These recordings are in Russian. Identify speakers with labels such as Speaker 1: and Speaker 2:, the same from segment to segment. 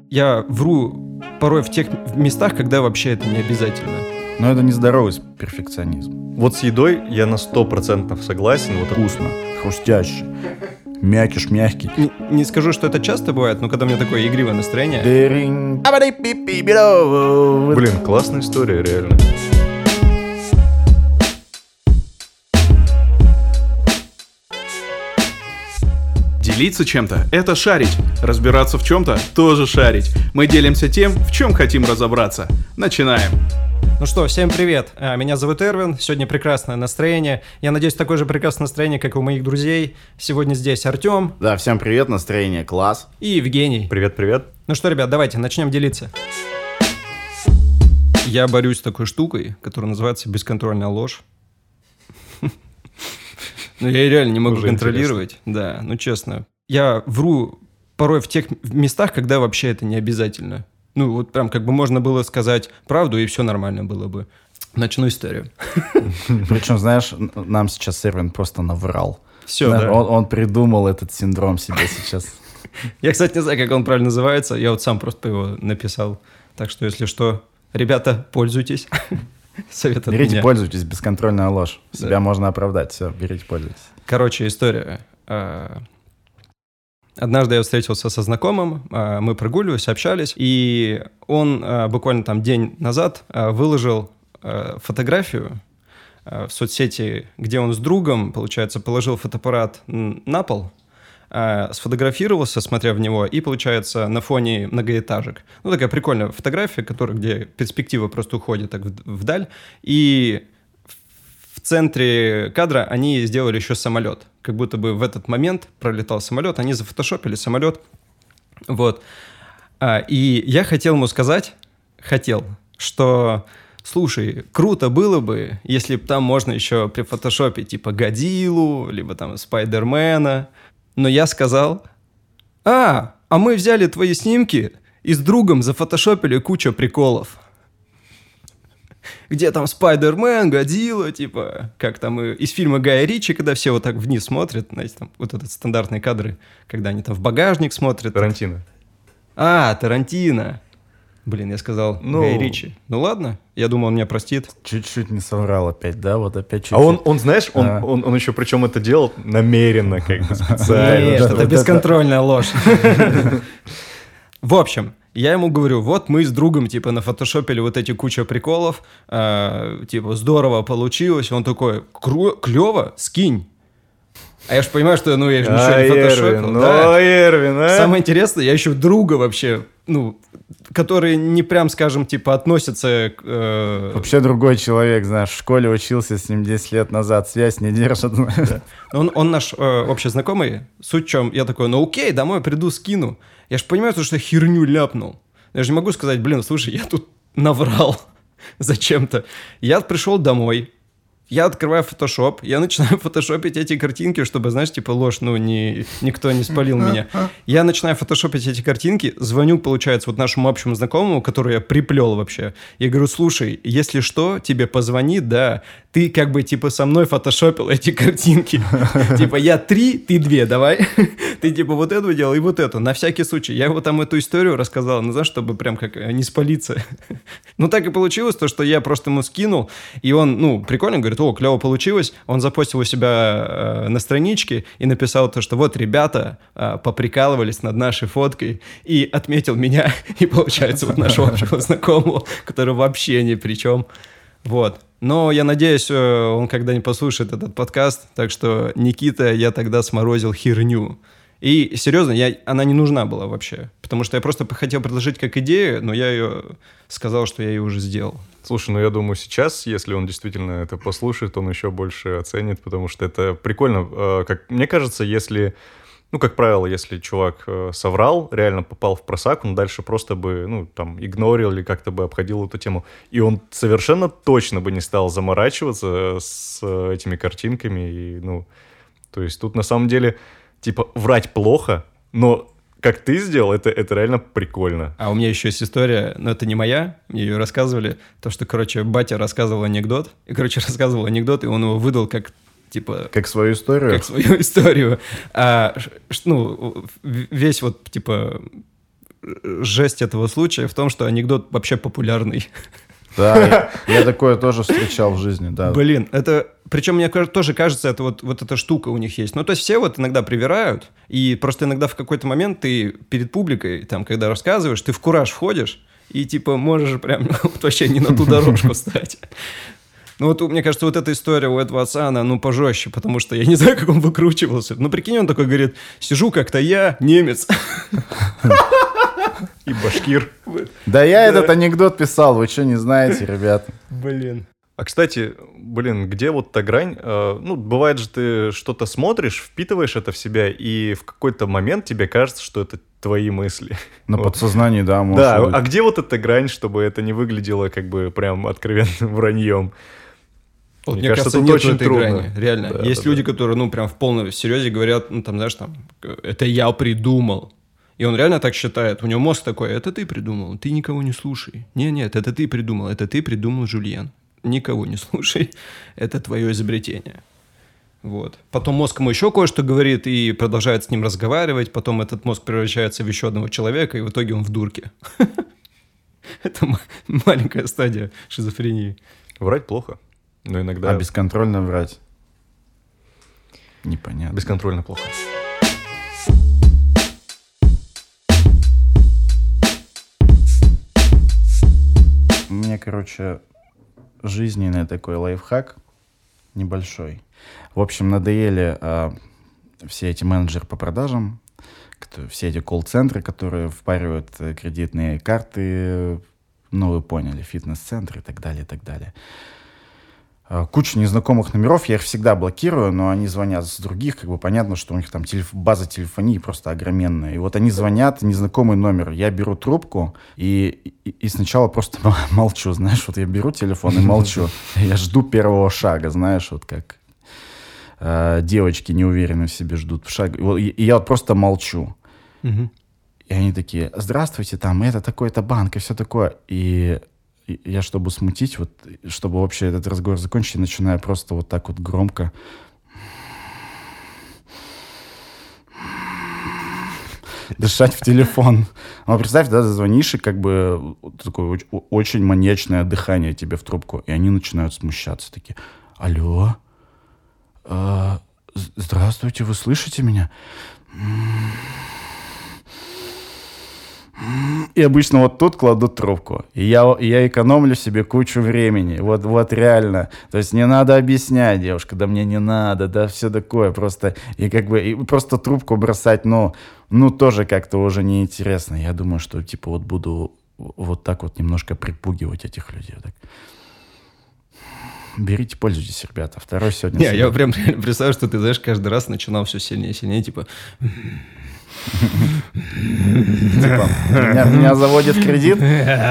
Speaker 1: Я вру порой в тех местах, когда вообще это не обязательно.
Speaker 2: Но это нездоровый перфекционизм.
Speaker 3: Вот с едой я на 100% согласен. Вот
Speaker 2: Вкусно, хрустяще, мякиш мягкий.
Speaker 1: Не скажу, что это часто бывает, но когда у меня такое игривое настроение...
Speaker 3: Блин, классная история, реально.
Speaker 4: Делиться чем-то – это шарить. Разбираться в чем-то – тоже шарить. Мы делимся тем, в чем хотим разобраться. Начинаем.
Speaker 1: Ну что, всем привет. Меня зовут Эрвин. Сегодня прекрасное настроение. Я надеюсь, такое же прекрасное настроение, как и у моих друзей. Сегодня здесь Артем.
Speaker 2: Да, всем привет, настроение класс.
Speaker 1: И Евгений.
Speaker 3: Привет-привет.
Speaker 1: Ну что, ребят, давайте начнем делиться. Я борюсь с такой штукой, которая называется бесконтрольная ложь. Ну, я ее реально не могу контролировать. Да, ну честно. Я вру порой в тех местах, когда вообще это не обязательно. Ну, вот прям как бы можно было сказать правду, и все нормально было бы. Начну историю.
Speaker 2: Причем, знаешь, нам сейчас Эрвин просто наврал.
Speaker 1: Все,
Speaker 2: знаешь,
Speaker 1: да.
Speaker 2: Он придумал этот синдром себе сейчас.
Speaker 1: Я, кстати, не знаю, как он правильно называется. Я вот сам просто его написал. Так что, если что, ребята, пользуйтесь. Совет от
Speaker 2: Берите,
Speaker 1: меня.
Speaker 2: пользуйтесь, бесконтрольная ложь.
Speaker 1: Да.
Speaker 2: Себя можно оправдать, все, берите, пользуйтесь.
Speaker 1: Короче, история. Однажды я встретился со знакомым, мы прогуливались, общались, и он буквально там день назад выложил фотографию в соцсети, где он с другом, получается, положил фотоаппарат на пол, сфотографировался, смотря в него, и, получается, на фоне многоэтажек. Ну, такая прикольная фотография, где перспектива просто уходит так вдаль, и в центре кадра они сделали еще самолет. Как будто бы в этот момент пролетал самолет, они зафотошопили самолет. Вот. И я хотел ему сказать, что, слушай, круто было бы, если бы там можно еще прифотошопить типа Годзиллу, либо там Спайдермена. Но я сказал, а мы взяли твои снимки и с другом зафотошопили кучу приколов. Где там Спайдермен, Годзилла, типа, как там из фильма Гая Ричи, когда все вот так вниз смотрят, знаете, там вот этот стандартные кадры, когда они там в багажник смотрят.
Speaker 3: Тарантино.
Speaker 1: Тарантино. Блин, я сказал Гай Ричи. Ну ладно, я думал, он меня простит.
Speaker 2: Чуть-чуть не соврал опять, да? Вот опять чуть-чуть.
Speaker 3: А он знаешь, он еще причем это делал намеренно, как бы специально.
Speaker 1: Нет, это бесконтрольная ложь. В общем, я ему говорю, вот мы с другом, типа, нафотошопили вот эти куча приколов, типа, здорово получилось. Он такой, клево, скинь. А я же понимаю, что, я же ничего не фотошопил.
Speaker 3: Эрвин,
Speaker 1: Самое интересное, я еще друга вообще, который не прям, скажем, типа, относится к...
Speaker 2: Вообще другой человек, знаешь, в школе учился с ним 10 лет назад, связь не держит.
Speaker 1: Да. Он наш общий знакомый, суть в чем, я такой, окей, домой приду, скину. Я же понимаю, что я херню ляпнул. Я же не могу сказать, слушай, я тут наврал зачем-то. Я пришел домой, я открываю Photoshop, я начинаю фотошопить эти картинки, чтобы, знаешь, типа ложь, никто не спалил меня. Я начинаю фотошопить эти картинки, звоню, получается, вот нашему общему знакомому, который я приплел вообще. Я говорю, слушай, если что, тебе позвони, да, ты как бы типа со мной фотошопил эти картинки. Типа я 3, ты 2, давай. Ты типа вот эту делал и вот эту, на всякий случай. Я его там эту историю рассказал, знаешь, чтобы прям как не спалиться. Так и получилось, то, что я просто ему скинул, и он, прикольно, говорит, клево получилось. Он запостил у себя на страничке и написал то, что вот ребята поприкалывались над нашей фоткой и отметил меня и, получается, вот нашего общего знакомого, который вообще ни при чем. Вот. Но я надеюсь, он когда-нибудь послушает этот подкаст, так что, Никита, я тогда сморозил херню. И, серьезно, она не нужна была вообще, потому что я просто хотел предложить как идею, но я ее сказал, что я ее уже сделал.
Speaker 3: Слушай, я думаю, сейчас, если он действительно это послушает, он еще больше оценит, потому что это прикольно. Как мне кажется, если, как правило, если чувак соврал, реально попал в просак, он дальше просто бы, игнорил или как-то бы обходил эту тему. И он совершенно точно бы не стал заморачиваться с этими картинками. И, то есть тут на самом деле... Типа, врать плохо, но как ты сделал, это реально прикольно.
Speaker 1: А у меня еще есть история, но это не моя, мне ее рассказывали. То, что, батя рассказывал анекдот, и он его выдал как, типа...
Speaker 2: Как свою историю?
Speaker 1: Как свою историю. Весь жесть этого случая в том, что анекдот вообще популярный.
Speaker 2: Да, я такое тоже встречал в жизни, да.
Speaker 1: Блин, это... Причем мне тоже кажется, это вот эта штука у них есть. Ну, то есть все вот иногда привирают, и просто иногда в какой-то момент ты перед публикой, там, когда рассказываешь, ты в кураж входишь, и типа можешь прям вот вообще не на ту дорожку встать. Ну вот, мне кажется, вот эта история у этого отца, она, ну, пожестче, потому что я не знаю, как он выкручивался. Ну, прикинь, он такой говорит, сижу как-то я, немец.
Speaker 3: И башкир.
Speaker 2: Да я этот анекдот писал, вы что, не знаете, ребят?
Speaker 1: Блин.
Speaker 3: А, кстати, где вот та грань? Ну, бывает же, ты что-то смотришь, впитываешь это в себя, и в какой-то момент тебе кажется, что это твои мысли.
Speaker 2: На подсознании, да, может
Speaker 3: Да,
Speaker 2: быть.
Speaker 3: а где вот эта грань, чтобы это не выглядело как бы прям откровенным враньем?
Speaker 1: Вот,
Speaker 3: Мне
Speaker 1: мне
Speaker 3: кажется,
Speaker 1: кажется,
Speaker 3: тут
Speaker 1: нет
Speaker 3: очень
Speaker 1: этой
Speaker 3: трудно.
Speaker 1: грани. Реально.
Speaker 3: Да,
Speaker 1: Есть
Speaker 3: да,
Speaker 1: люди,
Speaker 3: да.
Speaker 1: которые, ну, прям в полном серьезе говорят, ну, там, знаешь, там, это я придумал. И он реально так считает. У него мозг такой, это ты придумал, ты никого не слушай. Нет, это ты придумал, Жульен. Никого не слушай, это твое изобретение. Вот. Потом мозг ему еще кое-что говорит и продолжает с ним разговаривать. Потом этот мозг превращается в еще одного человека, и в итоге он в дурке. Это маленькая стадия шизофрении.
Speaker 3: Врать плохо, но иногда...
Speaker 2: А бесконтрольно врать? Непонятно.
Speaker 3: Бесконтрольно плохо.
Speaker 2: У меня, короче, жизненный такой лайфхак небольшой. В общем, надоели все эти менеджеры по продажам, все эти колл-центры, которые впаривают кредитные карты, ну, вы поняли, фитнес-центры и так далее, и так далее. Куча незнакомых номеров, я их всегда блокирую, но они звонят с других, как бы понятно, что у них там база телефонии просто огроменная. И вот они звонят, незнакомый номер, я беру трубку и сначала просто молчу, знаешь, вот я беру телефон и молчу. Я жду первого шага, знаешь, вот как девочки неуверенно в себе ждут шага. И я вот просто молчу. И они такие, здравствуйте, там, это такой-то банк и все такое. И я, чтобы смутить, вот, чтобы вообще этот разговор закончить, начинаю просто вот так вот громко дышать в телефон. Ну, представь, да, зазвонишь, и как бы такое очень маньячное дыхание тебе в трубку, и они начинают смущаться, такие, алло, здравствуйте, вы слышите меня? И обычно вот тут кладут трубку. И я экономлю себе кучу времени. Вот реально. То есть не надо объяснять, девушка, да мне не надо, да все такое. Просто, и как бы, и просто трубку бросать, ну тоже как-то уже неинтересно. Я думаю, что типа вот буду вот так вот немножко припугивать этих людей. Так. Берите, пользуйтесь, ребята. Второй сегодня.
Speaker 1: Не, я прям представляю, что ты, знаешь, каждый раз начинал все сильнее и сильнее, типа...
Speaker 2: Типа, меня заводит кредит?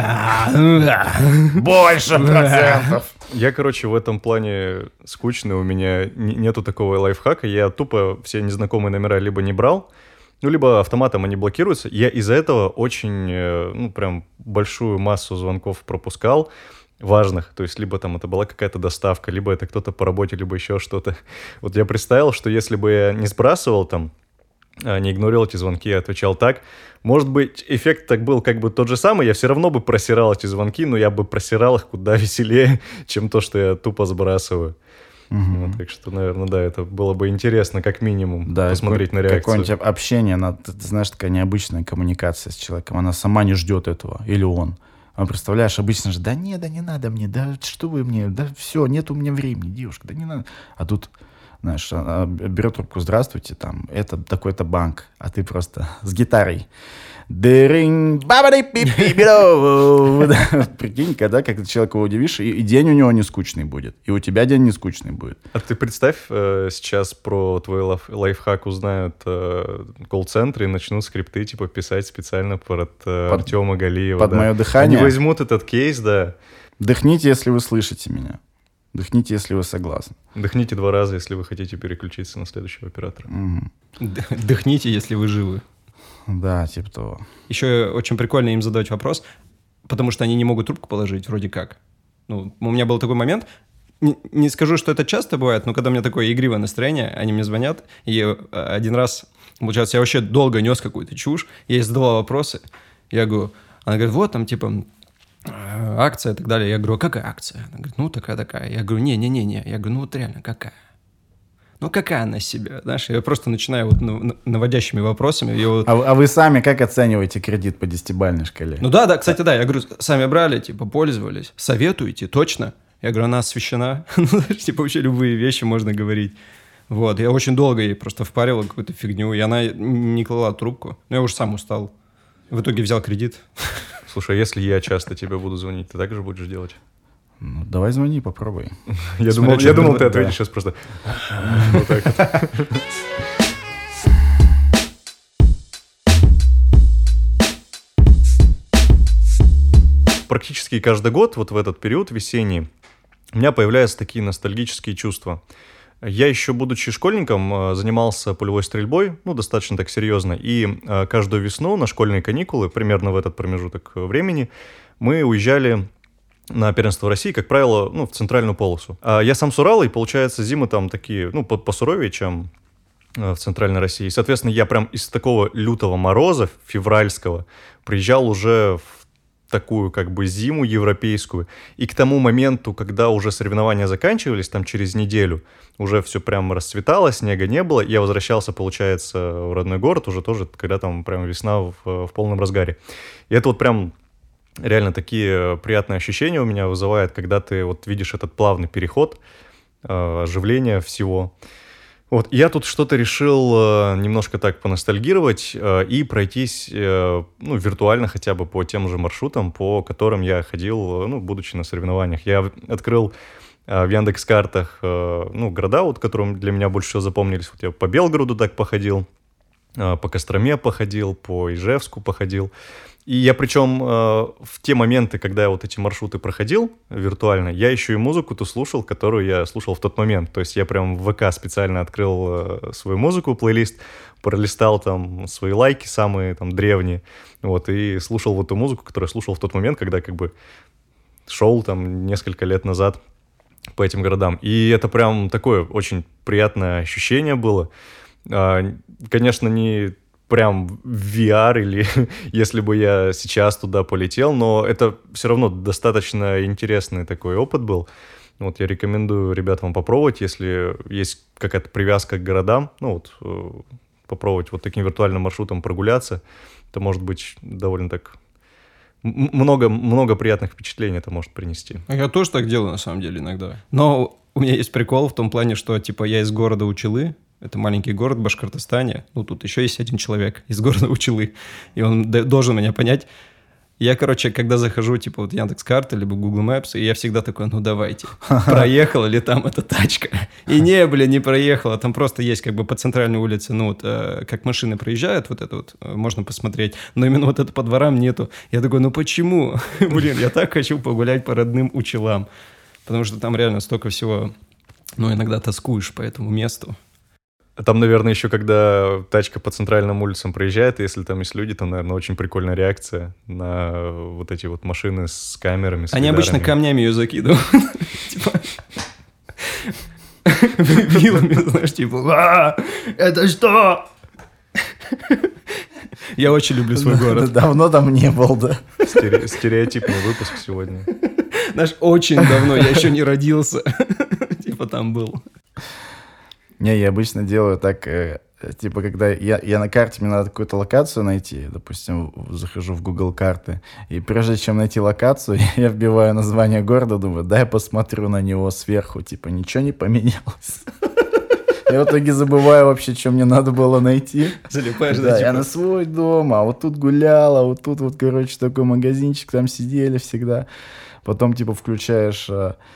Speaker 2: Больше процентов.
Speaker 3: Я, короче, в этом плане скучный, у меня нету такого лайфхака. Я тупо все незнакомые номера либо не брал, ну, либо автоматом они блокируются. Я из-за этого очень, ну, прям большую массу звонков пропускал, важных. То есть, либо там это была какая-то доставка, либо это кто-то по работе, либо еще что-то. Вот я представил, что если бы я не сбрасывал там, не игнорировал эти звонки, я отвечал так. Может быть, эффект так был как бы тот же самый, я все равно бы просирал эти звонки, но я бы просирал их куда веселее, чем то, что я тупо сбрасываю. Вот, так что, наверное, да, это было бы интересно, как минимум,
Speaker 2: да,
Speaker 3: посмотреть на реакцию.
Speaker 2: Какое-нибудь общение, ты знаешь, такая необычная коммуникация с человеком, она сама не ждет этого, или он. А представляешь, обычно же, да не надо мне, да что вы мне, да все, нет у меня времени, девушка, да не надо. А тут... Знаешь, берет трубку, здравствуйте, там, это такой-то банк, а ты просто с гитарой. Прикинь, когда как ты человека удивишь, и день у него не скучный будет, и у тебя день не скучный будет.
Speaker 3: А ты представь, сейчас про твой лайфхак узнают колл-центры и начнут скрипты типа писать специально под Артема Галиева.
Speaker 2: Под мое дыхание.
Speaker 3: Они возьмут этот кейс, да.
Speaker 2: Дыхните, если вы слышите меня. Дыхните, если вы согласны.
Speaker 3: Дыхните 2 раза, если вы хотите переключиться на следующего оператора.
Speaker 1: Дыхните, если вы живы.
Speaker 2: Да, типа того.
Speaker 1: Еще очень прикольно им задать вопрос, потому что они не могут трубку положить вроде как. Ну, у меня был такой момент, не скажу, что это часто бывает, но когда у меня такое игривое настроение, они мне звонят, и один раз, получается, я вообще долго нес какую-то чушь, я ей задавал вопросы, Я говорю, она говорит, вот там, типа, акция и так далее. Я говорю, а какая акция? Она говорит, ну, такая-такая. Я говорю, не-не-не. Я говорю, ну, вот реально, какая? Ну, какая она себе? Знаешь, я просто начинаю вот наводящими вопросами.
Speaker 2: А вы сами как оцениваете кредит по 10-бальной шкале?
Speaker 1: Ну да, кстати, да. Я говорю, сами брали, типа, пользовались. Советуете? Точно? Я говорю, она освещена. Ну, типа, вообще любые вещи можно говорить. Вот, я очень долго ей просто впаривал какую-то фигню, и она не клала трубку. Но я уже сам устал. В итоге взял кредит.
Speaker 3: Слушай, а если я часто тебе буду звонить, ты так же будешь делать?
Speaker 2: Ну, давай звони, попробуй.
Speaker 3: Я думал, ты ответишь сейчас просто... Вот так вот. Практически каждый год, вот в этот период весенний, у меня появляются такие ностальгические чувства. Я еще, будучи школьником, занимался пулевой стрельбой, ну, достаточно так серьезно, и каждую весну на школьные каникулы, примерно в этот промежуток времени, мы уезжали на первенство России, как правило, ну, в центральную полосу. Я сам с Урала, и, получается, зимы там такие, ну, посуровее, чем в центральной России. И, соответственно, я прям из такого лютого мороза, февральского, приезжал уже в такую как бы зиму европейскую. И к тому моменту, когда уже соревнования заканчивались, там через неделю, уже все прям расцветало, снега не было. Я возвращался, получается, в родной город уже тоже, когда там прям весна в полном разгаре. И это вот прям реально такие приятные ощущения у меня вызывает, когда ты вот видишь этот плавный переход, оживление всего. Вот, я тут что-то решил немножко так поностальгировать и пройтись, ну, виртуально хотя бы по тем же маршрутам, по которым я ходил, ну, будучи на соревнованиях. Я открыл в Яндекс.Картах, ну, города, вот, которые для меня больше всего запомнились. Вот я по Белгороду так походил, по Костроме походил, по Ижевску походил. И я причем в те моменты, когда я вот эти маршруты проходил виртуально, я еще и музыку-то слушал, которую я слушал в тот момент. То есть я прям в ВК специально открыл свою музыку, плейлист, пролистал там свои лайки самые там древние, вот, и слушал вот эту музыку, которую я слушал в тот момент, когда как бы шел там несколько лет назад по этим городам. И это прям такое очень приятное ощущение было. Конечно, не прям в VR или если бы я сейчас туда полетел, но это все равно достаточно интересный такой опыт был. Вот я рекомендую ребятам попробовать, если есть какая-то привязка к городам, ну вот попробовать вот таким виртуальным маршрутом прогуляться. Это может быть довольно так... Много приятных впечатлений это может принести.
Speaker 1: Я тоже так делаю, на самом деле, иногда. Но у меня есть прикол в том плане, что, типа, я из города Училы, это маленький город в Башкортостане, ну, тут еще есть один человек из города Училы, и он должен меня понять. Я, короче, когда захожу, типа, вот Яндекс.Карты, либо Google Maps, и я всегда такой, ну, давайте, проехала ли там эта тачка? И не проехала, там просто есть, как бы, по центральной улице, ну, вот, как машины проезжают, вот это вот, можно посмотреть, но именно вот это по дворам нету. Я такой, ну, почему? Блин, я так хочу погулять по родным Училам, потому что там реально столько всего, ну, иногда тоскуешь по этому месту.
Speaker 3: Там, наверное, еще когда тачка по центральным улицам проезжает, если там есть люди, там, наверное, очень прикольная реакция на вот эти вот машины с камерами, с
Speaker 1: Они
Speaker 3: лидарами.
Speaker 1: обычно камнями ее закидывают. Типа... Вилами, знаешь, типа... Это что? Я очень люблю свой город.
Speaker 2: Давно там не был, да?
Speaker 3: Стереотипный выпуск сегодня.
Speaker 1: Знаешь, очень давно, я еще не родился. Типа там был.
Speaker 2: Не, я обычно делаю так, типа, когда я на карте, мне надо какую-то локацию найти, допустим, захожу в Google карты, и прежде чем найти локацию, я вбиваю название города, думаю, дай я посмотрю на него сверху, типа, ничего не поменялось. Я в итоге забываю вообще, что мне надо было найти.
Speaker 1: Залипаешь,
Speaker 2: да, я на свой дом, а вот тут гулял, а вот тут вот, короче, такой магазинчик, там сидели всегда. Потом, типа, включаешь...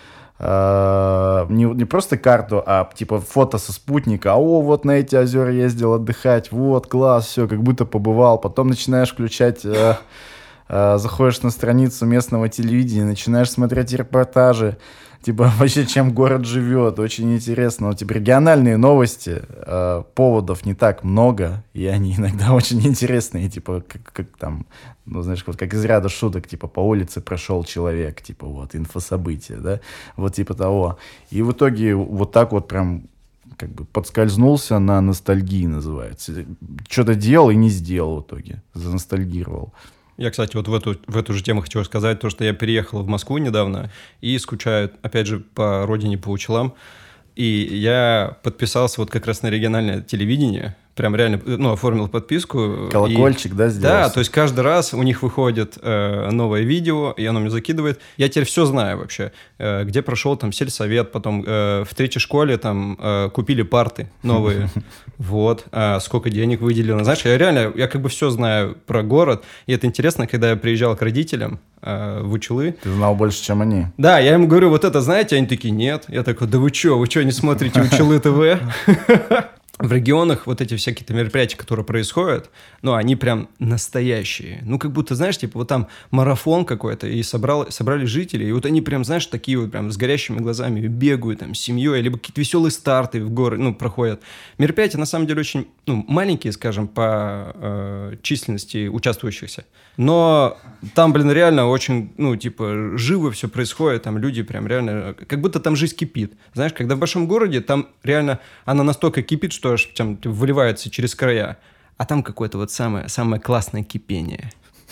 Speaker 2: не просто карту, а типа фото со спутника. Вот на эти озера ездил отдыхать, вот, класс, все, как будто побывал. Потом начинаешь включать, заходишь на страницу местного телевидения, начинаешь смотреть репортажи, типа вообще чем город живет, очень интересно. Вот, типа региональные новости, поводов не так много, и они иногда очень интересные, типа как там, ну знаешь, вот как из ряда шуток, типа по улице прошел человек, типа вот инфособытия, да, вот типа того. И в итоге вот так вот прям как бы подскользнулся на ностальгии, называется. Что-то делал и не сделал в итоге, заностальгировал.
Speaker 1: Я, кстати, вот в эту же тему хотел сказать, то, что я переехал в Москву недавно и скучаю, опять же, по родине, по учелам. И я подписался вот как раз на региональное телевидение, прям реально, ну, оформил подписку.
Speaker 2: Колокольчик, да, сделал?
Speaker 1: Да, то есть каждый раз у них выходит новое видео, и оно мне закидывает. Я теперь все знаю вообще, где прошел там сельсовет, потом в третьей школе там купили парты новые, вот, сколько денег выделено. Знаешь, я как бы все знаю про город, и это интересно, когда я приезжал к родителям в Учелы.
Speaker 2: Ты знал больше, чем они.
Speaker 1: Да, я им говорю, вот это знаете, они такие, нет. Я такой, да вы что, не смотрите Учелы ТВ? В регионах вот эти всякие-то мероприятия, которые происходят, ну, они прям настоящие. Ну, как будто, знаешь, типа вот там марафон какой-то, и собрали жителей, и вот они прям, знаешь, такие вот прям с горящими глазами бегают там с семьей, либо какие-то веселые старты в горы, ну, проходят. Мероприятия, на самом деле, очень, ну, маленькие, скажем, по численности участвующихся. Но там, блин, реально очень, ну, типа, живо все происходит, там люди прям реально, как будто там жизнь кипит. Знаешь, когда в большом городе, там реально она настолько кипит, что аж там выливается через края. А там какое-то вот самое классное кипение.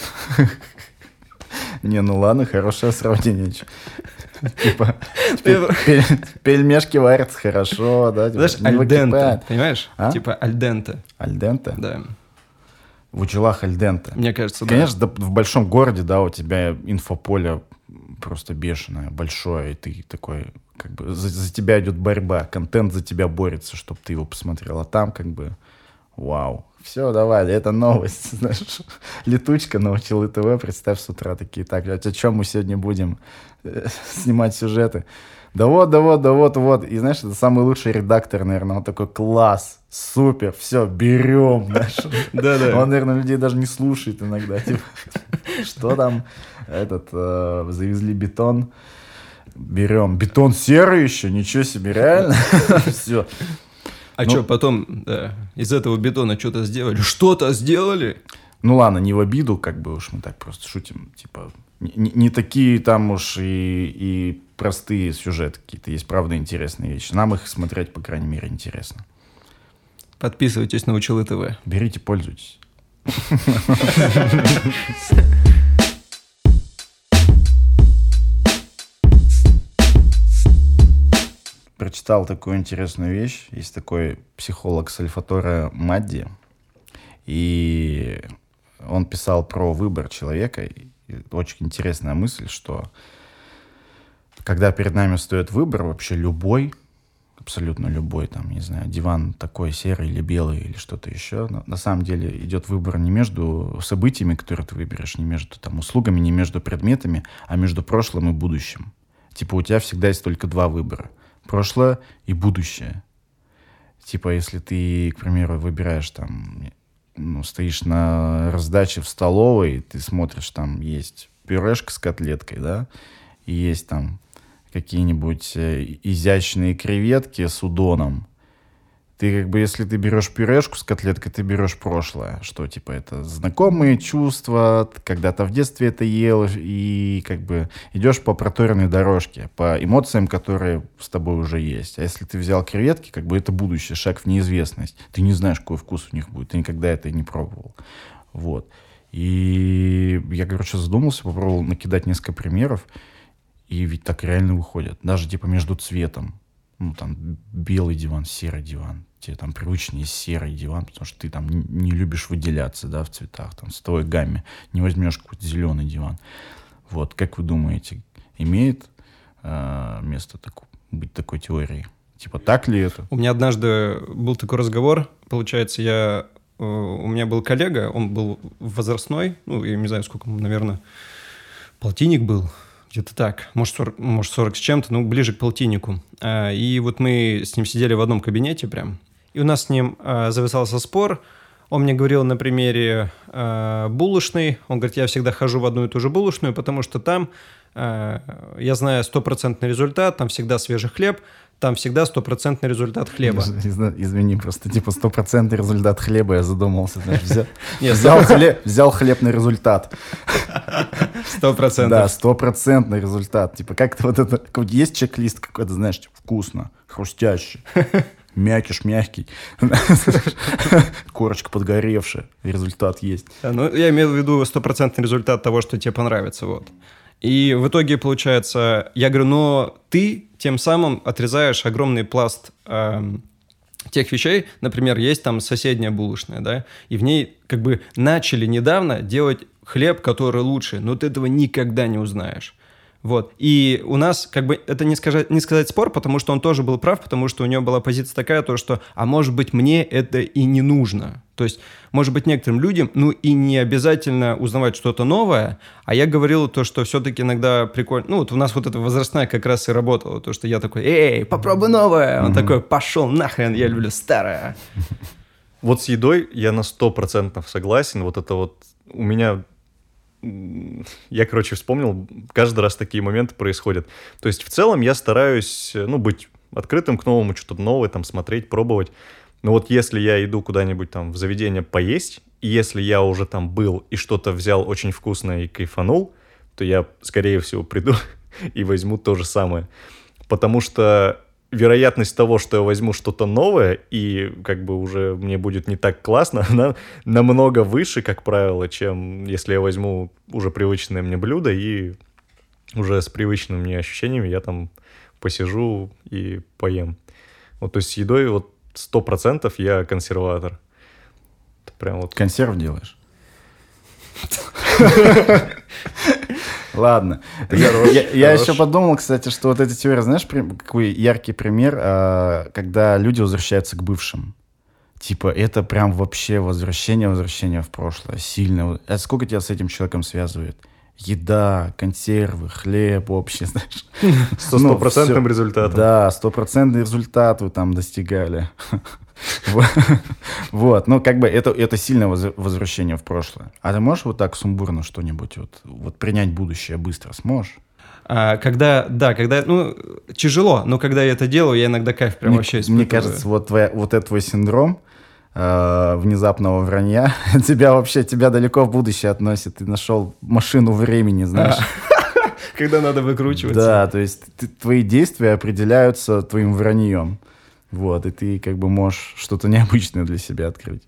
Speaker 2: Не, ну ладно, хорошее сравнение. Типа, пельмешки варятся хорошо, да?
Speaker 1: Знаешь, альденте, понимаешь? Типа альденте.
Speaker 2: Альденте?
Speaker 1: Да.
Speaker 2: В Учелах альденте.
Speaker 1: Мне кажется, да.
Speaker 2: Конечно, в большом городе, да, у тебя инфополе просто бешеное, большое, и ты такой, как бы, за тебя идет борьба, контент за тебя борется, чтобы ты его посмотрел, а там как бы, вау. Все, давай, это новость, знаешь, летучка на Учелы ТВ, представь, с утра такие, так, о чем мы сегодня будем снимать сюжеты? Да вот, и знаешь, это самый лучший редактор, наверное, он такой, класс, супер, все, берем, знаешь.
Speaker 1: Да-да.
Speaker 2: Он, наверное, людей даже не слушает иногда, типа, что там, завезли бетон, берем, бетон серый еще, ничего себе, реально, все.
Speaker 1: А что, потом из этого бетона что-то сделали? Что-то сделали?
Speaker 2: Ну ладно, не в обиду, как бы уж мы так просто шутим. Типа, не такие там уж и простые сюжеты какие-то. Есть, правда, интересные вещи. Нам их смотреть, по крайней мере, интересно.
Speaker 1: Подписывайтесь на Учелы ТВ.
Speaker 2: Берите, пользуйтесь. Прочитал такую интересную вещь. Есть такой психолог Сальваторе Мадди. И он писал про выбор человека. И очень интересная мысль, что когда перед нами стоит выбор, вообще любой, абсолютно любой, там, не знаю, диван такой серый или белый или что-то еще, на самом деле идет выбор не между событиями, которые ты выберешь, не между там услугами, не между предметами, а между прошлым и будущим. Типа у тебя всегда есть только два выбора. Прошлое и будущее. Типа, если ты, к примеру, выбираешь там, ну, стоишь на раздаче в столовой, ты смотришь, там есть пюрешка с котлеткой, да, и есть там какие-нибудь изящные креветки с удоном. Ты как бы, если ты берешь пюрешку с котлеткой, ты берешь прошлое, что типа это знакомые чувства, когда-то в детстве это ел, и как бы идешь по проторенной дорожке, по эмоциям, которые с тобой уже есть. А если ты взял креветки, как бы это будущее, шаг в неизвестность. Ты не знаешь, какой вкус у них будет, ты никогда это не пробовал. Вот. И я, короче, задумался, попробовал накидать несколько примеров, и ведь так реально выходит. Даже типа между цветом. Ну, там, белый диван, серый диван. Тебе там привычнее серый диван, потому что ты там не любишь выделяться, да, в цветах, там, в цветовой гамме. Не возьмешь какой-то зеленый диван. Вот, как вы думаете, имеет место быть такой теорией? Типа, так ли это?
Speaker 1: У меня однажды был такой разговор. Получается, у меня был коллега, он был возрастной, ну, я не знаю, сколько ему, наверное, полтинник был. Где-то так, может 40 с чем-то, ну, ближе к полтиннику. И вот мы с ним сидели в одном кабинете прям, и у нас с ним завязался спор. Он мне говорил на примере булочной. Он говорит, я всегда хожу в одну и ту же булочную, потому что там я знаю 100% результат, там всегда свежий хлеб, там всегда 100% результат хлеба.
Speaker 2: Извини, просто типа 100% результат хлеба, я задумался. Знаешь, взял хлеб на результат.
Speaker 1: 100%.
Speaker 2: Да, 100% результат. Типа как-то вот это, есть чек-лист какой-то, знаешь, типа, вкусно, хрустяще. Мякиш мягкий. Корочка подгоревшая. Результат есть.
Speaker 1: Ну, я имею в виду 100% результат того, что тебе понравится, вот. И в итоге получается, я говорю, но ты тем самым отрезаешь огромный пласт тех вещей, например, есть там соседняя булочная, да, и в ней как бы начали недавно делать хлеб, который лучше, но ты этого никогда не узнаешь. Вот. И у нас, как бы, это не сказать спор, потому что он тоже был прав, потому что у него была позиция такая, то, что, а может быть, мне это и не нужно. То есть, может быть, некоторым людям, ну, и не обязательно узнавать что-то новое, а я говорил то, что все-таки иногда прикольно, ну, вот у нас вот эта возрастная как раз и работала, то, что я такой, эй, попробуй новое, он такой, пошел нахрен, я люблю старое.
Speaker 3: Вот с едой я на 100% согласен, вот это вот у меня... Я, короче, вспомнил, каждый раз такие моменты происходят. То есть, в целом, я стараюсь, ну, быть открытым к новому, что-то новое, там, смотреть, пробовать. Но вот если я иду куда-нибудь там в заведение поесть, и если я уже там был и что-то взял очень вкусное и кайфанул, то я, скорее всего, приду и возьму то же самое. Потому что вероятность того, что я возьму что-то новое, и как бы уже мне будет не так классно, она намного выше, как правило, чем если я возьму уже привычное мне блюдо, и уже с привычными мне ощущениями я там посижу и поем. Вот, то есть с едой вот 100% я консерватор. Это прям вот...
Speaker 2: Консерв делаешь? Ладно. Я еще подумал, кстати, что вот эта теория, знаешь, какой яркий пример, когда люди возвращаются к бывшим. Типа, это прям вообще возвращение в прошлое. Сильно. А сколько тебя с этим человеком связывает? Еда, консервы, хлеб общий, знаешь.
Speaker 3: С 100% результатом.
Speaker 2: Да, 100% результат вы там достигали. Вот, ну как бы это сильное возвращение в прошлое. А ты можешь вот так сумбурно что-нибудь вот принять будущее быстро сможешь?
Speaker 1: Когда, ну, тяжело, но когда я это делаю, я иногда кайф прям вообще испытываю.
Speaker 2: Мне кажется, вот этот твой синдром внезапного вранья тебя далеко в будущее относит. Ты нашел машину времени, знаешь.
Speaker 1: Когда надо выкручиваться.
Speaker 2: Да, то есть твои действия определяются твоим враньем. Вот, и ты как бы можешь что-то необычное для себя открыть.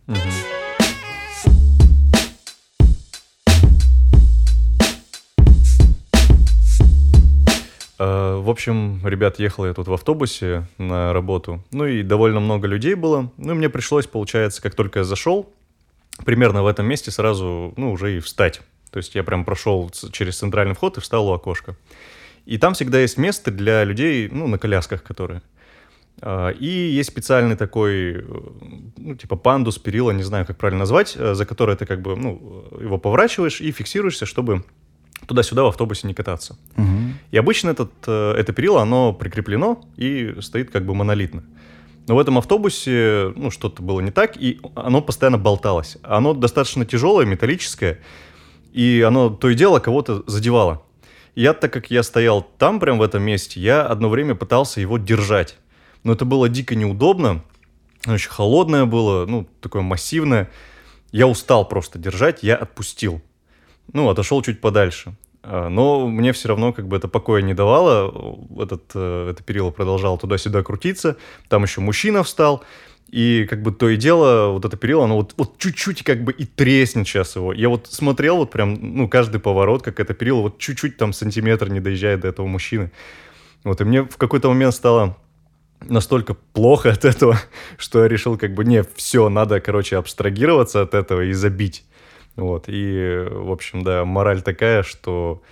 Speaker 3: В общем, ребят, ехал я тут в автобусе на работу, ну и довольно много людей было, ну и мне пришлось, получается, как только я зашел, примерно в этом месте сразу, ну, уже и встать. То есть я прям прошел через центральный вход и встал у окошка. И там всегда есть место для людей, ну, на колясках, которые... И есть специальный такой, ну, типа пандус, перила, не знаю, как правильно назвать, за который ты как бы, ну, его поворачиваешь и фиксируешься, чтобы туда-сюда в автобусе не кататься. И обычно это перила, оно прикреплено и стоит как бы монолитно. Но в этом автобусе, ну, что-то было не так, и оно постоянно болталось. Оно достаточно тяжелое, металлическое, и оно то и дело кого-то задевало. И так как я стоял там, прям в этом месте, я одно время пытался его держать. Но это было дико неудобно, оно еще холодное было, ну, такое массивное. Я устал просто держать, я отпустил. Ну, отошел чуть подальше. Но мне все равно как бы это покоя не давало. Это перила продолжало туда-сюда крутиться. Там еще мужчина встал. И как бы то и дело, вот это перило, оно вот чуть-чуть как бы и треснет сейчас его. Я вот смотрел вот прям, ну, каждый поворот, как это перило, вот чуть-чуть там сантиметр не доезжает до этого мужчины. Вот, и мне в какой-то момент стало настолько плохо от этого, что я решил как бы, не, все, надо, короче, абстрагироваться от этого и забить. Вот, и, в общем, да, мораль такая, что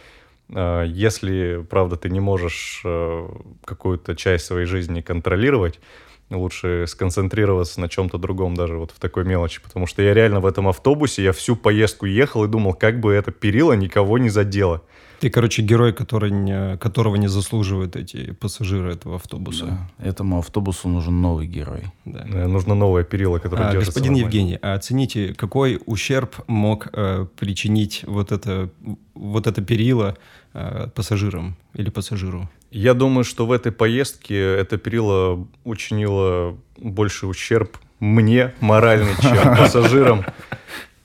Speaker 3: если, правда, ты не можешь какую-то часть своей жизни контролировать, лучше сконцентрироваться на чем-то другом, даже вот в такой мелочи. Потому что я реально в этом автобусе, я всю поездку ехал и думал, как бы это перила никого не задело.
Speaker 1: Ты, короче, герой, которого не заслуживают эти пассажиры этого автобуса.
Speaker 2: Да. Этому автобусу нужен новый герой.
Speaker 3: Да. Нужно новое перило, которое держится.
Speaker 1: Господин
Speaker 3: нормально.
Speaker 1: Евгений, оцените, какой ущерб мог причинить вот это перило пассажирам или пассажиру?
Speaker 3: Я думаю, что в этой поездке это перило учинило больше ущерб мне, моральный, чем пассажирам.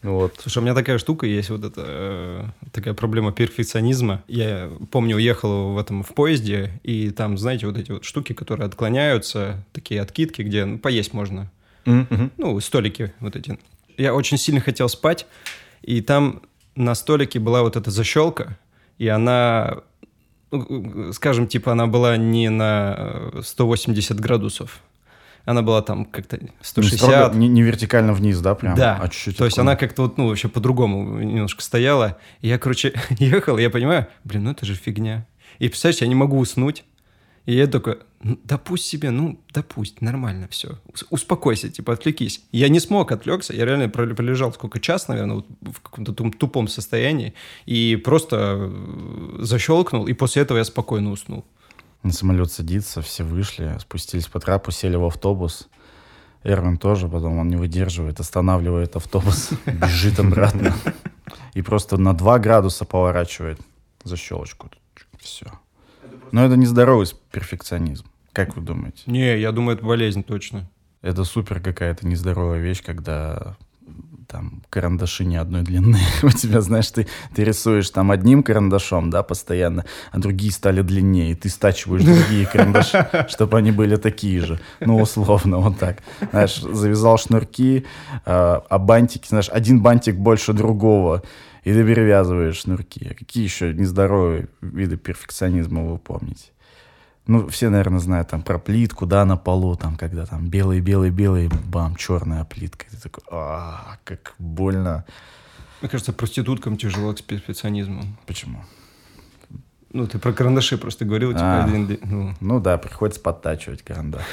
Speaker 3: Вот.
Speaker 1: Слушай, у меня такая штука есть, вот эта такая проблема перфекционизма. Я помню, уехал в поезде, и там, знаете, вот эти вот штуки, которые отклоняются, такие откидки, где поесть можно. Ну, столики вот эти. Я очень сильно хотел спать, и там на столике была вот эта защелка, и она, скажем, типа она была не на 180 градусов. Она была там как-то 160.
Speaker 2: Не вертикально вниз, да, прям?
Speaker 1: Да,
Speaker 2: а чуть-чуть
Speaker 1: то есть она как-то вот, вообще по-другому немножко стояла. И я, короче, ехал, и я понимаю, блин, это же фигня. И, представляешь, я не могу уснуть. И я такой, да пусть себе, да пусть, нормально все. Успокойся, типа, отвлекись. Я не смог, отвлекся. Я реально пролежал сколько, час, наверное, вот в каком-то тупом состоянии. И просто защелкнул, и после этого я спокойно уснул.
Speaker 2: На самолет садится, все вышли, спустились по трапу, сели в автобус. Эрвин тоже, потом он не выдерживает, останавливает автобус, бежит обратно. И просто на 2 градуса поворачивает защелочку. Все. Но это нездоровый перфекционизм. Как вы думаете?
Speaker 1: Не, я думаю, это болезнь точно.
Speaker 2: Это супер какая-то нездоровая вещь, когда там карандаши не одной длины. У тебя, знаешь, ты рисуешь там одним карандашом, да, постоянно, а другие стали длиннее, и ты стачиваешь другие карандаши, чтобы они были такие же. Ну, условно, вот так. Знаешь, завязал шнурки, а бантики, знаешь, один бантик больше другого, и ты перевязываешь шнурки. А какие еще нездоровые виды перфекционизма вы помните? Ну, все, наверное, знают там про плитку, да, на полу, там, когда там белый, бам, черная плитка. И ты такой, как больно.
Speaker 1: Мне кажется, проституткам тяжело с перфекционизмом.
Speaker 2: Почему?
Speaker 1: Ну, ты про карандаши просто говорил, типа один...
Speaker 2: Ну да, приходится подтачивать карандаш.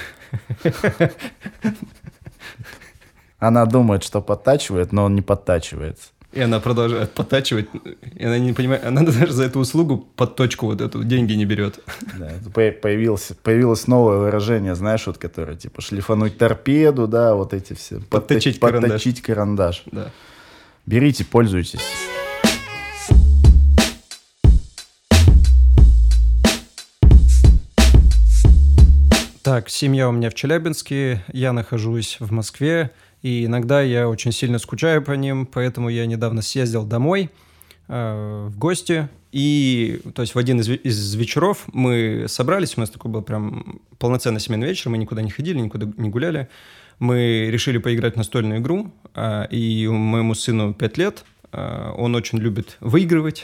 Speaker 2: Она думает, что подтачивает, но он не подтачивается.
Speaker 1: И она продолжает подтачивать, и она не понимает, она даже за эту услугу подточку вот эту деньги не берет.
Speaker 2: Да, появилось новое выражение, знаешь, вот которое типа шлифануть торпеду, да, вот эти все.
Speaker 1: Подточить
Speaker 2: карандаш.
Speaker 1: Да.
Speaker 2: Берите, пользуйтесь.
Speaker 1: Так, семья у меня в Челябинске, я нахожусь в Москве, и иногда я очень сильно скучаю по ним, поэтому я недавно съездил домой в гости, и, то есть, в один из вечеров мы собрались, у нас такой был прям полноценный семейный вечер, мы никуда не ходили, никуда не гуляли, мы решили поиграть в настольную игру, и моему сыну 5 лет, он очень любит выигрывать,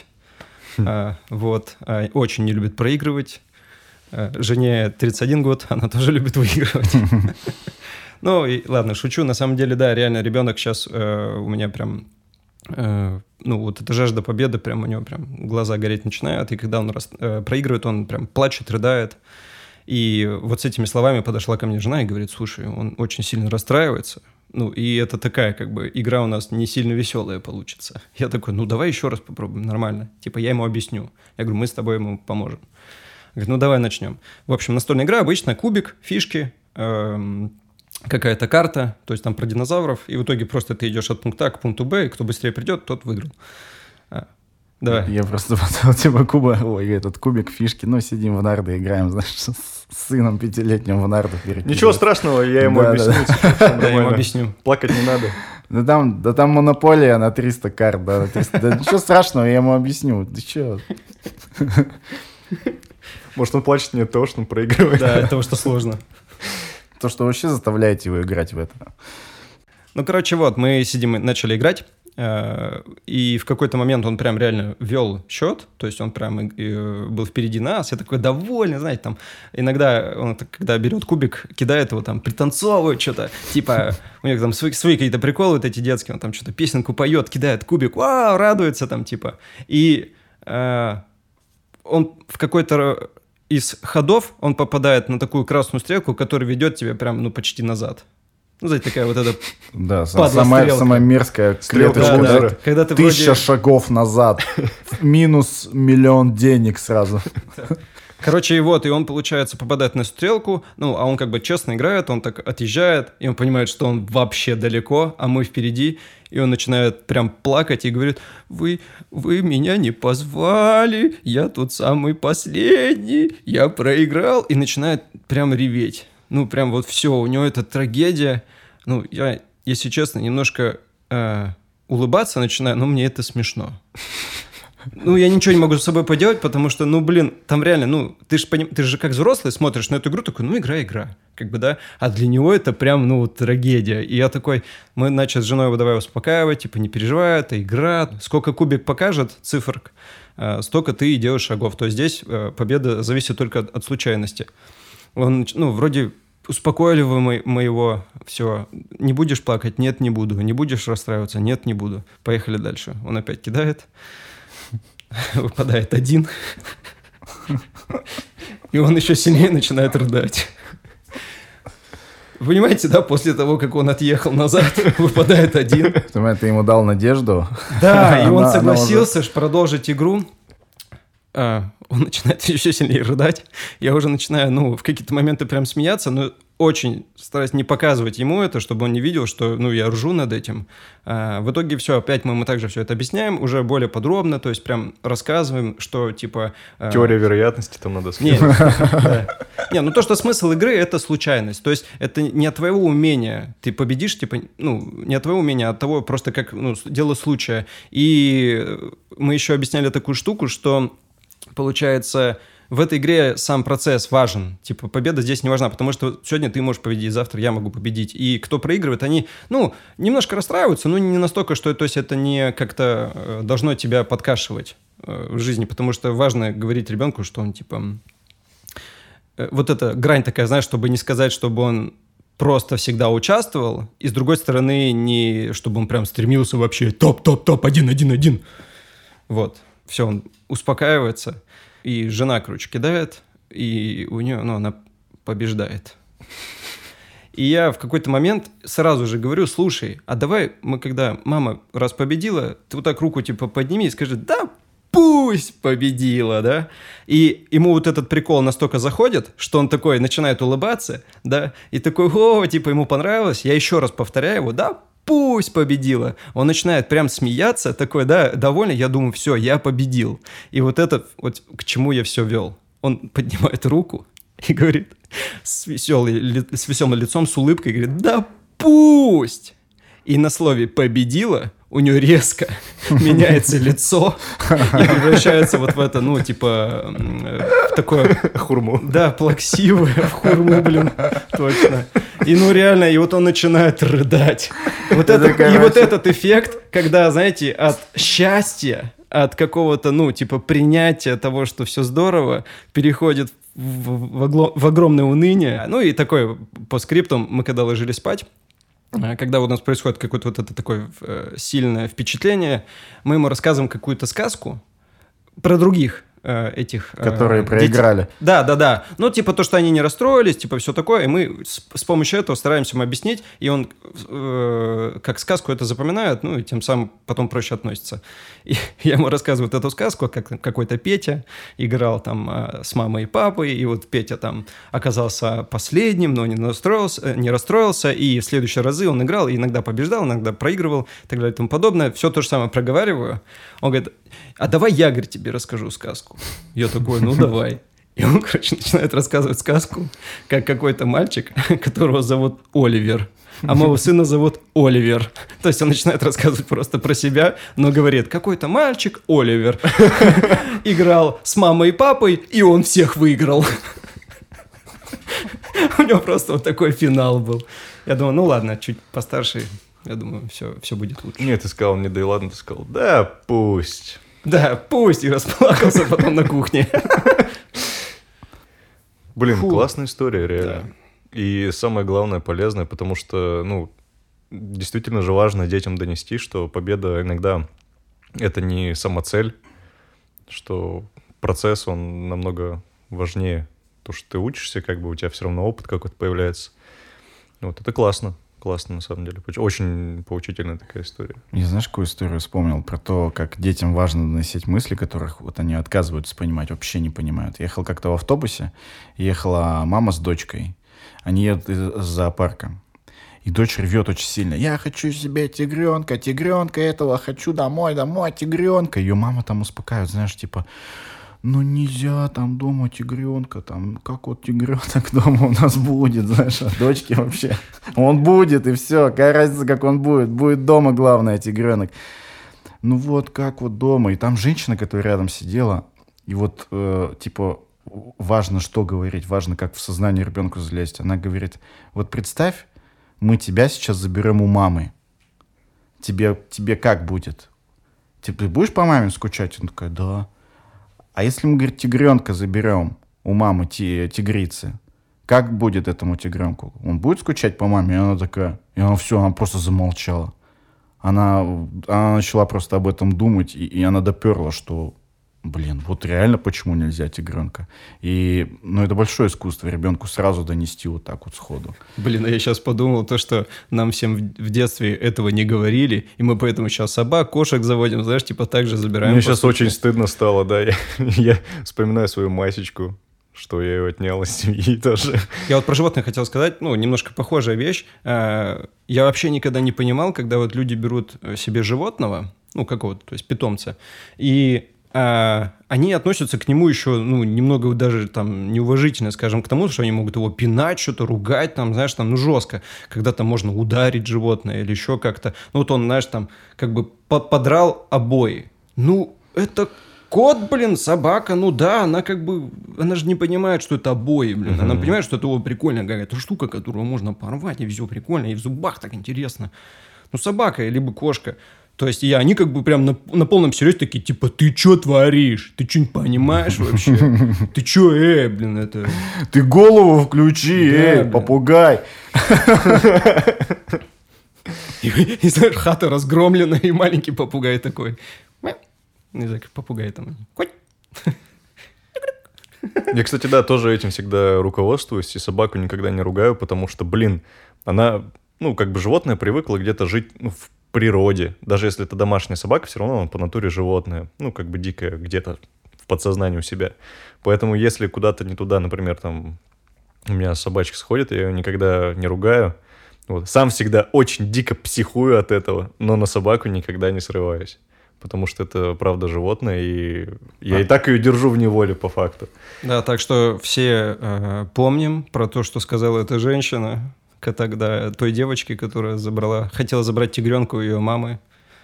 Speaker 1: очень не любит проигрывать. Жене 31 год, она тоже любит выигрывать. Ну, и ладно, шучу. На самом деле, да, реально, ребенок сейчас у меня прям... вот эта жажда победы, прям у него прям глаза гореть начинают. И когда он проигрывает, он прям плачет, рыдает. И вот с этими словами подошла ко мне жена и говорит, слушай, он очень сильно расстраивается. Ну, и это такая, как бы, игра у нас не сильно веселая получится. Я такой, давай еще раз попробуем, нормально. Типа, я ему объясню. Я говорю, мы с тобой ему поможем. Говорит, давай начнем. В общем, настольная игра обычно кубик, фишки, какая-то карта, то есть там про динозавров, и в итоге просто ты идешь от пункта А к пункту Б, и кто быстрее придет, тот выиграл. Давай.
Speaker 2: Я просто подумал, типа этот кубик, фишки, сидим в нарды, играем, знаешь, с сыном 5-летним в нарды.
Speaker 3: Ничего страшного, я ему объясню.
Speaker 1: Да, я ему объясню.
Speaker 3: Плакать не надо.
Speaker 2: Да там монополия на 300 карт, да, на 300. Да ничего страшного, я ему объясню. Ты че?
Speaker 3: Может, он плачет не от того, что он проигрывает.
Speaker 1: Да, от того, что сложно.
Speaker 2: То, что вообще заставляете его играть в это.
Speaker 1: Мы сидим, начали играть, и в какой-то момент он прям реально вел счет, то есть он прям был впереди нас, я такой довольный, знаете, там, иногда он, когда берет кубик, кидает его, там, пританцовывает что-то, типа, у них там свои какие-то приколы вот эти детские, он там что-то песенку поет, кидает кубик, вау, радуется там, типа, и он в какой-то из ходов, он попадает на такую красную стрелку, которая ведет тебя прям, почти назад. Знаете, такая вот эта
Speaker 2: самая мерзкая клеточка.
Speaker 1: Да. Когда ты
Speaker 2: 1000 шагов назад. Минус 1 миллион денег сразу.
Speaker 1: Короче, и он, получается, попадает на стрелку, а он как бы честно играет, он так отъезжает, и он понимает, что он вообще далеко, а мы впереди, и он начинает прям плакать и говорит, вы меня не позвали, я тут самый последний, я проиграл, и начинает прям реветь. Прям вот все, у него это трагедия. Я, если честно, немножко улыбаться начинаю, но мне это смешно. Ну, я ничего не могу с собой поделать, потому что, ну, блин, там реально, ну, ты же как взрослый смотришь на эту игру, такой, ну, игра, как бы, да, а для него это прям, ну, трагедия. И я такой, мы, значит, с женой его давай успокаивать, типа, не переживай, это игра, сколько кубик покажет, цифрок, столько ты и делаешь шагов. То есть здесь победа зависит только от случайности. Он, ну, вроде успокоили вы моего, все, не будешь плакать? Нет, не буду. Не будешь расстраиваться? Нет, не буду. Поехали дальше. Он опять кидает. Выпадает 1. И он еще сильнее начинает рыдать. Вы понимаете, да, после того, как он отъехал назад, выпадает 1.
Speaker 2: Ты ему дал надежду.
Speaker 1: Да, и он согласился продолжить игру. Он начинает еще сильнее рыдать. Я уже начинаю, ну, в какие-то моменты прям смеяться, но очень стараюсь не показывать ему это, чтобы он не видел, что, ну, я ржу над этим. В итоге все, опять мы также все это объясняем, уже более подробно, то есть прям рассказываем, что, типа...
Speaker 3: Теория вероятности там надо сказать.
Speaker 1: Не, ну то, что смысл игры — это случайность. То есть это не от твоего умения ты победишь, типа, ну, не от твоего умения, а от того просто как, ну, дело случая. И мы еще объясняли такую штуку, что, получается... В этой игре сам процесс важен. Типа, победа здесь не важна, потому что сегодня ты можешь победить, завтра я могу победить. И кто проигрывает, они, ну, немножко расстраиваются, но не настолько, что, то есть, это не как-то должно тебя подкашивать в жизни, потому что важно говорить ребенку, что он, типа... Вот эта грань такая, знаешь, чтобы не сказать, чтобы он просто всегда участвовал, и, с другой стороны, не чтобы он прям стремился вообще топ, 1. Вот. Все, он успокаивается. И жена, короче, кидает, и у нее, ну, она побеждает. И я в какой-то момент сразу же говорю, слушай, а давай мы, когда мама раз победила, ты вот так руку типа подними и скажи, да пусть победила, да? И ему вот этот прикол настолько заходит, что он такой начинает улыбаться, да, и такой, о, типа ему понравилось, я еще раз повторяю его, да, пусть победила. Он начинает прям смеяться, такой, да, довольный. Я думаю, все, я победил. И вот это, вот к чему я все вел. Он поднимает руку и говорит с веселым лицом, с улыбкой, говорит, да пусть. И на слове «победила» у него резко меняется лицо и превращается вот в это, ну, типа, в такое...
Speaker 3: Хурму.
Speaker 1: Да, плаксивое, в хурму, блин, точно. И, ну, реально, и вот он начинает рыдать. Вот это, и вот этот эффект, когда, знаете, от счастья, от какого-то, ну, типа, принятия того, что все здорово, переходит в огромное уныние. Ну, и такой, по скриптам, мы когда ложились спать, когда у нас происходит какое-то вот это такое сильное впечатление, мы ему рассказываем какую-то сказку про других этих...
Speaker 2: Которые проиграли.
Speaker 1: Детей. Да. Ну, типа то, что они не расстроились, типа все такое, и мы с помощью этого стараемся ему объяснить, и он как сказку это запоминает, ну, и тем самым потом проще относится. И я ему рассказываю вот эту сказку, как какой-то Петя играл там с мамой и папой, и вот Петя там оказался последним, но не расстроился, и в следующие разы он играл, и иногда побеждал, иногда проигрывал, и так далее и тому подобное. Все то же самое проговариваю. Он говорит, а давай я, говорит, тебе расскажу сказку. Я такой, ну давай. И он, короче, начинает рассказывать сказку, как какой-то мальчик, которого зовут Оливер, а моего сына зовут Оливер. То есть он начинает рассказывать просто про себя, но говорит, какой-то мальчик Оливер играл с мамой и папой, и он всех выиграл. У него просто вот такой финал был. Я думаю, ну ладно, чуть постарше, я думаю, все будет лучше.
Speaker 3: Нет, ты сказал мне, да и ладно, ты сказал, да пусть.
Speaker 1: Да, пусть, и расплакался потом на кухне.
Speaker 3: Блин, классная история, реально. Да. И самое главное, полезное, потому что, ну, действительно же важно детям донести, что победа иногда это не самоцель, что процесс, он намного важнее. То, что ты учишься, как бы у тебя все равно опыт какой-то появляется. Вот это классно. Классно, на самом деле. Очень поучительная такая история.
Speaker 2: Я знаешь, какую историю вспомнил? Про то, как детям важно доносить мысли, которых вот они отказываются понимать, вообще не понимают. Я ехал как-то в автобусе, ехала мама с дочкой. Они едут из зоопарка. И дочь ревет очень сильно. Я хочу себе тигренка этого, хочу домой, тигренка. Ее мама там успокаивает, знаешь, типа... ну нельзя там дома тигренка, там, как вот тигренок дома у нас будет, знаешь, а дочки вообще. Он будет, и все, какая разница, как он будет дома, главное, тигренок. Ну вот как вот дома, и там женщина, которая рядом сидела, и вот, типа, важно, что говорить, важно, как в сознание ребенку залезть. Она говорит, вот представь, мы тебя сейчас заберем у мамы. Тебе как будет? Ты будешь по маме скучать? Он такой, да. А если мы, говорит, тигренка заберем у мамы тигрицы, как будет этому тигренку? Он будет скучать по маме? И она такая, и она все, она просто замолчала. Она начала просто об этом думать, и она доперла, что, блин, вот реально почему нельзя тигренка? И, ну, это большое искусство ребенку сразу донести вот так вот сходу.
Speaker 1: Блин, а я сейчас подумал, то, что нам всем в детстве этого не говорили, и мы поэтому сейчас собак, кошек заводим, знаешь, типа так же забираем.
Speaker 3: Мне сейчас очень стыдно стало, да. Я вспоминаю свою Масечку, что я ее отнял из семьи тоже.
Speaker 1: Я вот про животных хотел сказать, ну, немножко похожая вещь. Я вообще никогда не понимал, когда вот люди берут себе животного, ну, какого-то, то есть питомца, и они относятся к нему еще, ну, немного даже там неуважительно, скажем, к тому, что они могут его пинать, что-то ругать, там, знаешь, там, ну, жестко, когда там можно ударить животное или еще как-то. Ну, вот он, знаешь, там, как бы подрал обои. Ну, это кот, блин, собака, ну да, она как бы, она же не понимает, что это обои, блин. Она понимает, что это прикольная какая-то штука, которую можно порвать, и все прикольно, и в зубах так интересно. Ну, собака, либо кошка. То есть, и они как бы прям на полном серьезе такие, типа, ты что творишь? Ты что-нибудь понимаешь вообще? Ты что, блин, это...
Speaker 2: Ты голову включи, попугай.
Speaker 1: И знаешь, хата разгромлена, и маленький попугай такой. Не знаю, как попугай там.
Speaker 3: Я, кстати, да, тоже этим всегда руководствуюсь, и собаку никогда не ругаю, потому что, блин, она, ну, как бы животное привыкло где-то жить, ну, в природе. Даже если это домашняя собака, все равно она по натуре животное, ну, как бы дикое, где-то в подсознании у себя. Поэтому если куда-то не туда, например, там, у меня собачка сходит, я ее никогда не ругаю. Вот. Сам всегда очень дико психую от этого, но на собаку никогда не срываюсь. Потому что это, правда, животное, и я и так ее держу в неволе, по факту.
Speaker 1: Да, так что все помним про то, что сказала эта женщина, тогда той девочке, которая хотела забрать тигренка у ее мамы.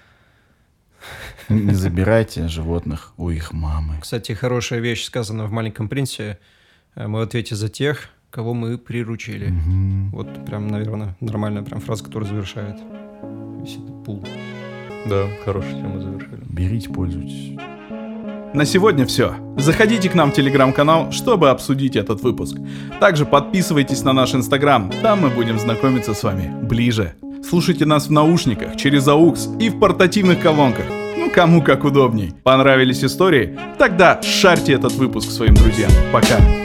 Speaker 2: Не забирайте животных у их мамы.
Speaker 1: Кстати, хорошая вещь сказана в «Маленьком принце». Мы в ответе за тех, кого мы приручили. Вот прям, наверное, нормальная прям фраза, которая завершает весь этот пул.
Speaker 3: Да, хорошую тему завершили.
Speaker 2: Берите, пользуйтесь.
Speaker 4: На сегодня все. Заходите к нам в телеграм-канал, чтобы обсудить этот выпуск. Также подписывайтесь на наш инстаграм, там мы будем знакомиться с вами ближе. Слушайте нас в наушниках, через AUX и в портативных колонках. Ну, кому как удобней. Понравились истории? Тогда шарьте этот выпуск своим друзьям. Пока.